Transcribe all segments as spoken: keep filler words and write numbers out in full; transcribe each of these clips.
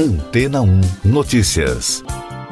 Antena um Notícias.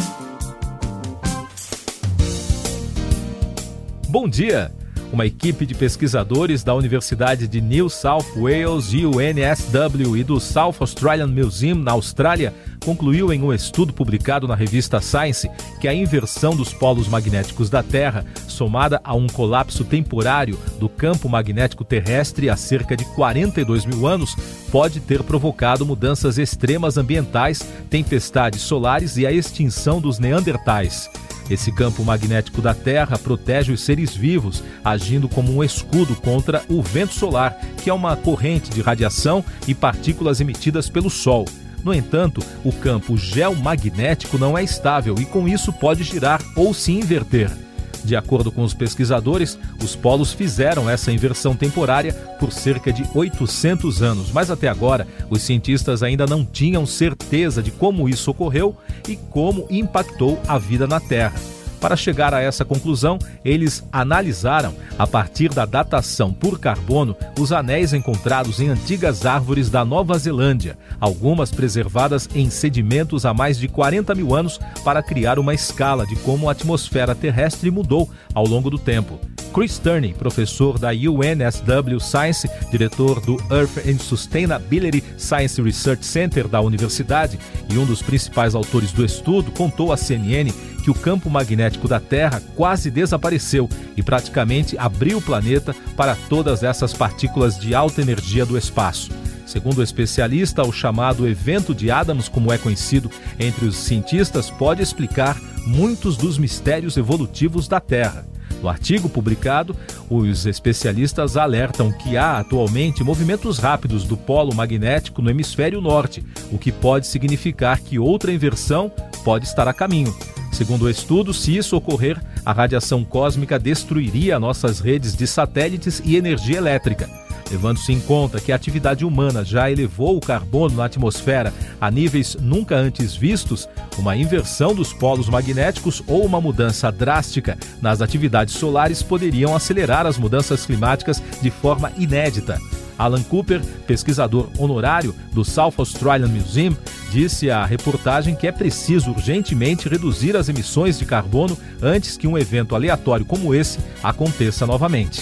Bom dia! Uma equipe de pesquisadores da Universidade de New South Wales, U N S W, e do South Australian Museum, na Austrália, concluiu em um estudo publicado na revista Science que a inversão dos polos magnéticos da Terra, somada a um colapso temporário do campo magnético terrestre há cerca de quarenta e dois mil anos, pode ter provocado mudanças extremas ambientais, tempestades solares e a extinção dos neandertais. Esse campo magnético da Terra protege os seres vivos, agindo como um escudo contra o vento solar, que é uma corrente de radiação e partículas emitidas pelo Sol. No entanto, o campo geomagnético não é estável e, com isso, pode girar ou se inverter. De acordo com os pesquisadores, os polos fizeram essa inversão temporária por cerca de oitocentos anos, mas até agora os cientistas ainda não tinham certeza de como isso ocorreu e como impactou a vida na Terra. Para chegar a essa conclusão, eles analisaram, a partir da datação por carbono, os anéis encontrados em antigas árvores da Nova Zelândia, algumas preservadas em sedimentos há mais de quarenta mil anos, para criar uma escala de como a atmosfera terrestre mudou ao longo do tempo. Chris Turney, professor da U N S W Science, diretor do Earth and Sustainability Science Research Center da universidade e um dos principais autores do estudo, contou à C N N que o campo magnético da Terra quase desapareceu e praticamente abriu o planeta para todas essas partículas de alta energia do espaço. Segundo o especialista, o chamado evento de Adams, como é conhecido entre os cientistas, pode explicar muitos dos mistérios evolutivos da Terra. No artigo publicado, os especialistas alertam que há atualmente movimentos rápidos do polo magnético no hemisfério norte, o que pode significar que outra inversão pode estar a caminho. Segundo o estudo, se isso ocorrer, a radiação cósmica destruiria nossas redes de satélites e energia elétrica. Levando-se em conta que a atividade humana já elevou o carbono na atmosfera a níveis nunca antes vistos, uma inversão dos polos magnéticos ou uma mudança drástica nas atividades solares poderiam acelerar as mudanças climáticas de forma inédita. Alan Cooper, pesquisador honorário do South Australian Museum, disse à reportagem que é preciso urgentemente reduzir as emissões de carbono antes que um evento aleatório como esse aconteça novamente.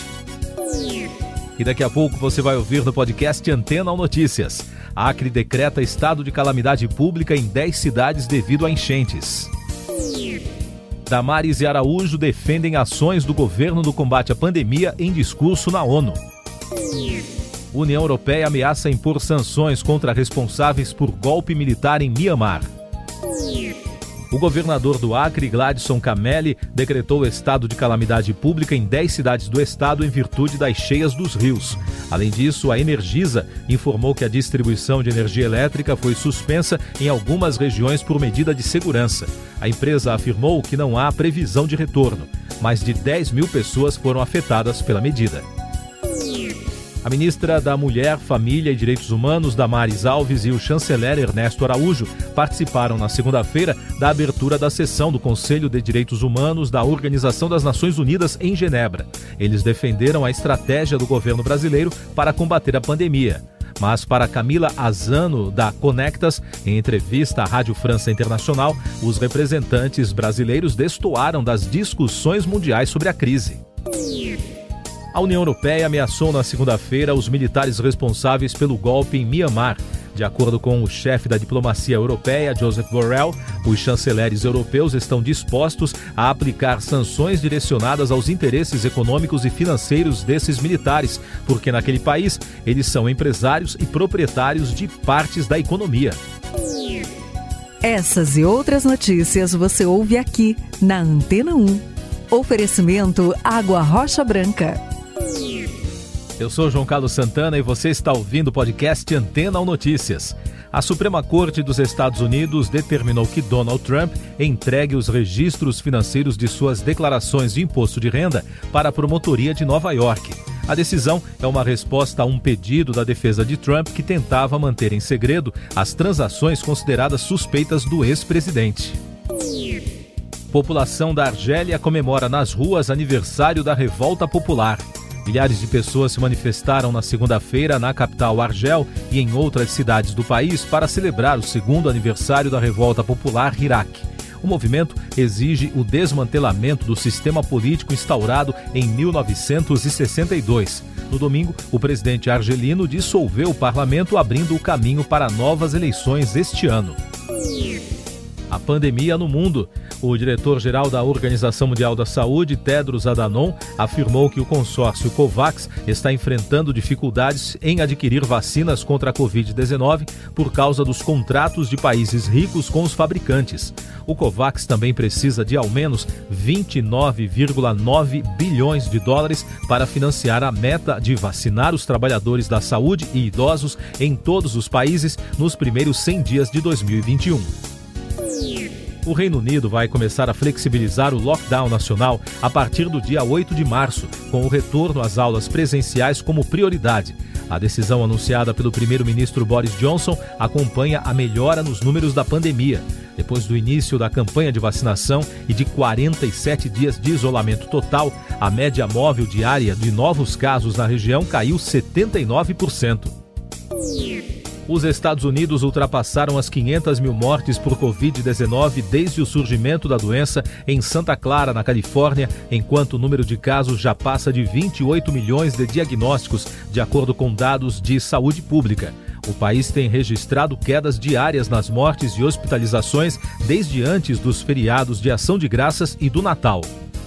E daqui a pouco você vai ouvir no podcast Antena um Notícias. Acre decreta estado de calamidade pública em dez cidades devido a enchentes. Damares e Araújo defendem ações do governo no combate à pandemia em discurso na ONU. União Europeia ameaça impor sanções contra responsáveis por golpe militar em Mianmar. O governador do Acre, Gladson Cameli, decretou estado de calamidade pública em dez cidades do estado em virtude das cheias dos rios. Além disso, a Energisa informou que a distribuição de energia elétrica foi suspensa em algumas regiões por medida de segurança. A empresa afirmou que não há previsão de retorno. Mais de dez mil pessoas foram afetadas pela medida. A ministra da Mulher, Família e Direitos Humanos, Damares Alves, e o chanceler Ernesto Araújo participaram na segunda-feira da abertura da sessão do Conselho de Direitos Humanos da Organização das Nações Unidas em Genebra. Eles defenderam a estratégia do governo brasileiro para combater a pandemia. Mas para Camila Azano, da Conectas, em entrevista à Rádio França Internacional, os representantes brasileiros destoaram das discussões mundiais sobre a crise. A União Europeia ameaçou na segunda-feira os militares responsáveis pelo golpe em Mianmar. De acordo com o chefe da diplomacia europeia, Joseph Borrell, os chanceleres europeus estão dispostos a aplicar sanções direcionadas aos interesses econômicos e financeiros desses militares, porque naquele país eles são empresários e proprietários de partes da economia. Essas e outras notícias você ouve aqui na Antena um. Oferecimento Água Rocha Branca. Eu sou João Carlos Santana e você está ouvindo o podcast Antena um Notícias. A Suprema Corte dos Estados Unidos determinou que Donald Trump entregue os registros financeiros de suas declarações de imposto de renda para a Promotoria de Nova York. A decisão é uma resposta a um pedido da defesa de Trump que tentava manter em segredo as transações consideradas suspeitas do ex-presidente. População da Argélia comemora nas ruas aniversário da Revolta Popular. Milhares de pessoas se manifestaram na segunda-feira na capital Argel e em outras cidades do país para celebrar o segundo aniversário da revolta popular Hirak. O movimento exige o desmantelamento do sistema político instaurado em mil novecentos e sessenta e dois. No domingo, o presidente argelino dissolveu o parlamento, abrindo o caminho para novas eleições este ano. A pandemia no mundo. O diretor-geral da Organização Mundial da Saúde, Tedros Adhanom, afirmou que o consórcio COVAX está enfrentando dificuldades em adquirir vacinas contra a covid dezenove por causa dos contratos de países ricos com os fabricantes. O COVAX também precisa de ao menos vinte e nove vírgula nove bilhões de dólares para financiar a meta de vacinar os trabalhadores da saúde e idosos em todos os países nos primeiros cem dias de dois mil e vinte e um. O Reino Unido vai começar a flexibilizar o lockdown nacional a partir do dia oito de março, com o retorno às aulas presenciais como prioridade. A decisão anunciada pelo primeiro-ministro Boris Johnson acompanha a melhora nos números da pandemia. Depois do início da campanha de vacinação e de quarenta e sete dias de isolamento total, a média móvel diária de novos casos na região caiu setenta e nove por cento. Os Estados Unidos ultrapassaram as quinhentas mil mortes por covid dezenove desde o surgimento da doença em Santa Clara, na Califórnia, enquanto o número de casos já passa de vinte e oito milhões de diagnósticos, de acordo com dados de saúde pública. O país tem registrado quedas diárias nas mortes e hospitalizações desde antes dos feriados de Ação de Graças e do Natal.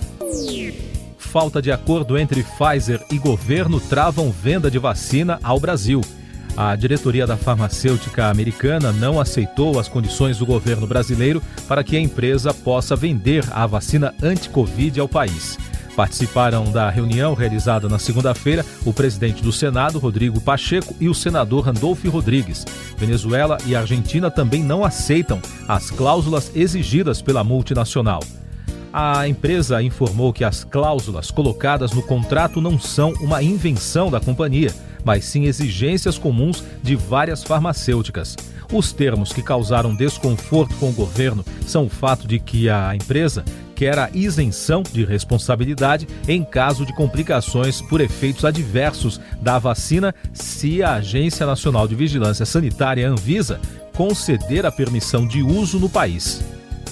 Falta de acordo entre Pfizer e governo travam venda de vacina ao Brasil. A diretoria da farmacêutica americana não aceitou as condições do governo brasileiro para que a empresa possa vender a vacina anti-Covid ao país. Participaram da reunião realizada na segunda-feira o presidente do Senado, Rodrigo Pacheco, e o senador Randolfo Rodrigues. Venezuela e Argentina também não aceitam as cláusulas exigidas pela multinacional. A empresa informou que as cláusulas colocadas no contrato não são uma invenção da companhia, mas sim exigências comuns de várias farmacêuticas. Os termos que causaram desconforto com o governo são o fato de que a empresa quer a isenção de responsabilidade em caso de complicações por efeitos adversos da vacina se a Agência Nacional de Vigilância Sanitária, Anvisa, conceder a permissão de uso no país.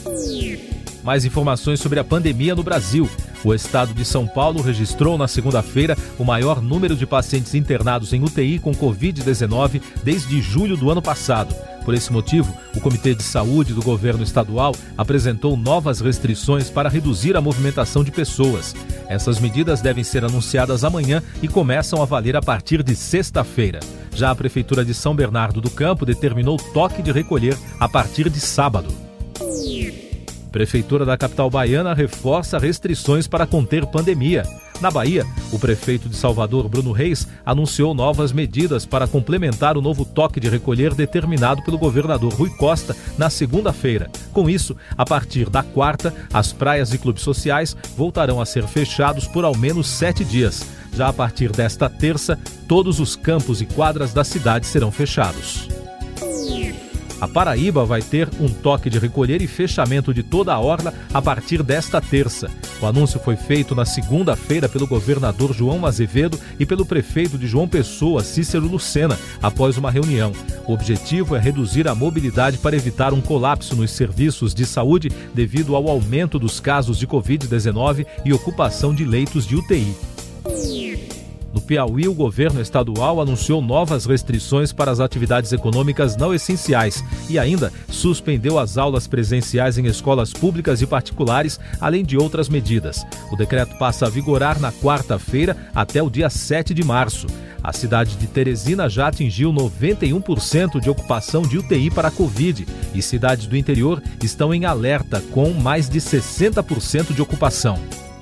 Mais informações sobre a pandemia no Brasil. O estado de São Paulo registrou na segunda-feira o maior número de pacientes internados em U T I com covid dezenove desde julho do ano passado. Por esse motivo, o Comitê de Saúde do governo estadual apresentou novas restrições para reduzir a movimentação de pessoas. Essas medidas devem ser anunciadas amanhã e começam a valer a partir de sexta-feira. Já a Prefeitura de São Bernardo do Campo determinou toque de recolher a partir de sábado. Prefeitura da capital baiana reforça restrições para conter pandemia. Na Bahia, o prefeito de Salvador, Bruno Reis, anunciou novas medidas para complementar o novo toque de recolher determinado pelo governador Rui Costa na segunda-feira. Com isso, a partir da quarta, as praias e clubes sociais voltarão a ser fechados por ao menos sete dias. Já a partir desta terça, todos os campos e quadras da cidade serão fechados. A Paraíba vai ter um toque de recolher e fechamento de toda a orla a partir desta terça. O anúncio foi feito na segunda-feira pelo governador João Azevedo e pelo prefeito de João Pessoa, Cícero Lucena, após uma reunião. O objetivo é reduzir a mobilidade para evitar um colapso nos serviços de saúde devido ao aumento dos casos de covid dezenove e ocupação de leitos de U T I. No Piauí, o governo estadual anunciou novas restrições para as atividades econômicas não essenciais e ainda suspendeu as aulas presenciais em escolas públicas e particulares, além de outras medidas. O decreto passa a vigorar na quarta-feira até o dia sete de março. A cidade de Teresina já atingiu noventa e um por cento de ocupação de U T I para a Covid e cidades do interior estão em alerta com mais de sessenta por cento de ocupação.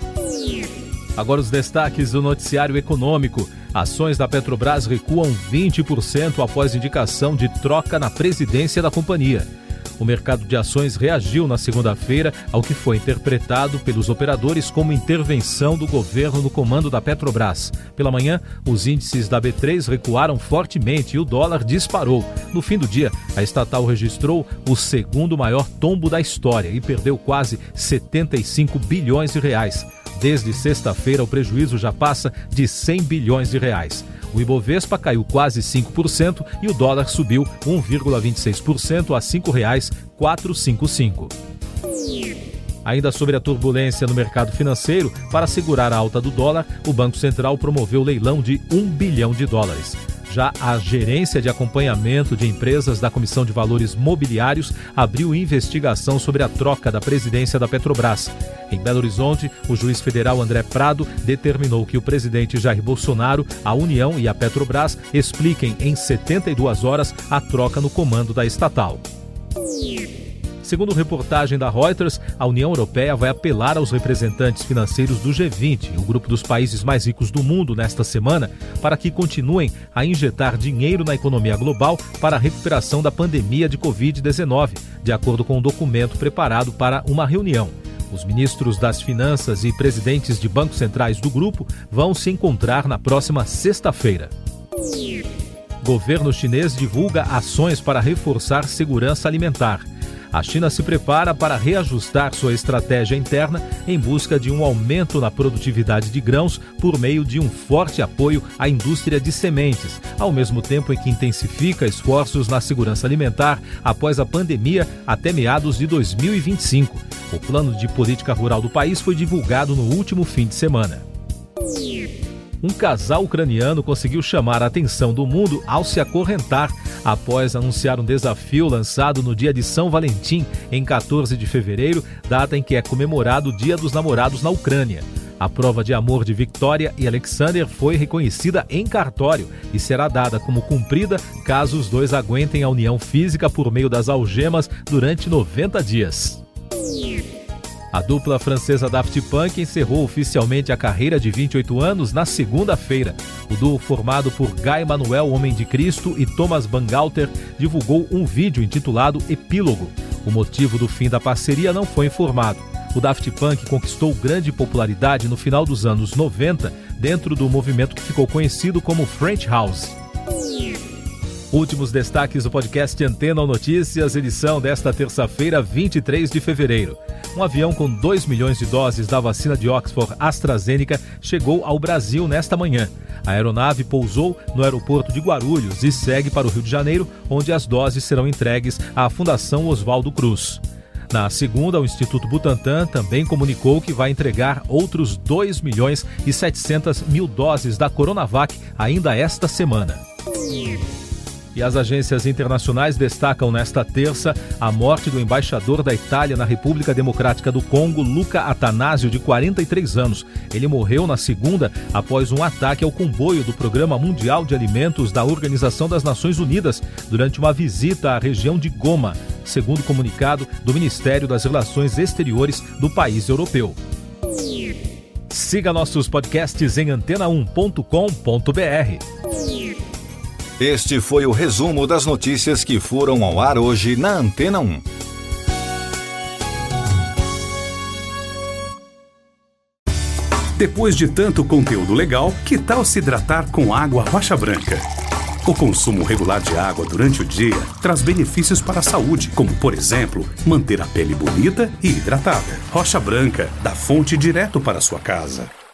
Agora os destaques do noticiário econômico. Ações da Petrobras recuam vinte por cento após indicação de troca na presidência da companhia. O mercado de ações reagiu na segunda-feira ao que foi interpretado pelos operadores como intervenção do governo no comando da Petrobras. Pela manhã, os índices da B três recuaram fortemente e o dólar disparou. No fim do dia, a estatal registrou o segundo maior tombo da história e perdeu quase setenta e cinco bilhões de reais. Desde sexta-feira, o prejuízo já passa de cem bilhões de reais. O Ibovespa caiu quase cinco por cento e o dólar subiu um vírgula vinte e seis por cento a cinco reais quatrocentos e cinquenta e cinco. Ainda sobre a turbulência no mercado financeiro, para segurar a alta do dólar, o Banco Central promoveu leilão de um bilhão de dólares. Já a Gerência de Acompanhamento de Empresas da Comissão de Valores Mobiliários abriu investigação sobre a troca da presidência da Petrobras. Em Belo Horizonte, o juiz federal André Prado determinou que o presidente Jair Bolsonaro, a União e a Petrobras expliquem em setenta e duas horas a troca no comando da estatal. Segundo reportagem da Reuters, a União Europeia vai apelar aos representantes financeiros do G vinte, o grupo dos países mais ricos do mundo, nesta semana, para que continuem a injetar dinheiro na economia global para a recuperação da pandemia de covid dezenove, de acordo com um documento preparado para uma reunião. Os ministros das Finanças e presidentes de bancos centrais do grupo vão se encontrar na próxima sexta-feira. Governo chinês divulga ações para reforçar segurança alimentar. A China se prepara para reajustar sua estratégia interna em busca de um aumento na produtividade de grãos por meio de um forte apoio à indústria de sementes, ao mesmo tempo em que intensifica esforços na segurança alimentar após a pandemia até meados de dois mil e vinte e cinco. O plano de política rural do país foi divulgado no último fim de semana. Um casal ucraniano conseguiu chamar a atenção do mundo ao se acorrentar após anunciar um desafio lançado no dia de São Valentim, em quatorze de fevereiro, data em que é comemorado o Dia dos Namorados na Ucrânia. A prova de amor de Victoria e Alexander foi reconhecida em cartório e será dada como cumprida caso os dois aguentem a união física por meio das algemas durante noventa dias. A dupla francesa Daft Punk encerrou oficialmente a carreira de vinte e oito anos na segunda-feira. O duo formado por Guy Manuel Homem de Cristo e Thomas Bangalter divulgou um vídeo intitulado Epílogo. O motivo do fim da parceria não foi informado. O Daft Punk conquistou grande popularidade no final dos anos noventa, dentro do movimento que ficou conhecido como French House. Últimos destaques do podcast Antena ou Notícias, edição desta terça-feira, vinte e três de fevereiro. Um avião com dois milhões de doses da vacina de Oxford AstraZeneca chegou ao Brasil nesta manhã. A aeronave pousou no aeroporto de Guarulhos e segue para o Rio de Janeiro, onde as doses serão entregues à Fundação Oswaldo Cruz. Na segunda, o Instituto Butantan também comunicou que vai entregar outros dois milhões e setecentas mil doses da Coronavac ainda esta semana. E as agências internacionais destacam nesta terça a morte do embaixador da Itália na República Democrática do Congo, Luca Atanásio, de quarenta e três anos. Ele morreu na segunda após um ataque ao comboio do Programa Mundial de Alimentos da Organização das Nações Unidas durante uma visita à região de Goma, segundo comunicado do Ministério das Relações Exteriores do país europeu. Siga nossos podcasts em antena um ponto com ponto b r. Este foi o resumo das notícias que foram ao ar hoje na Antena um. Depois de tanto conteúdo legal, que tal se hidratar com água Rocha Branca? O consumo regular de água durante o dia traz benefícios para a saúde, como, por exemplo, manter a pele bonita e hidratada. Rocha Branca, da fonte direto para a sua casa.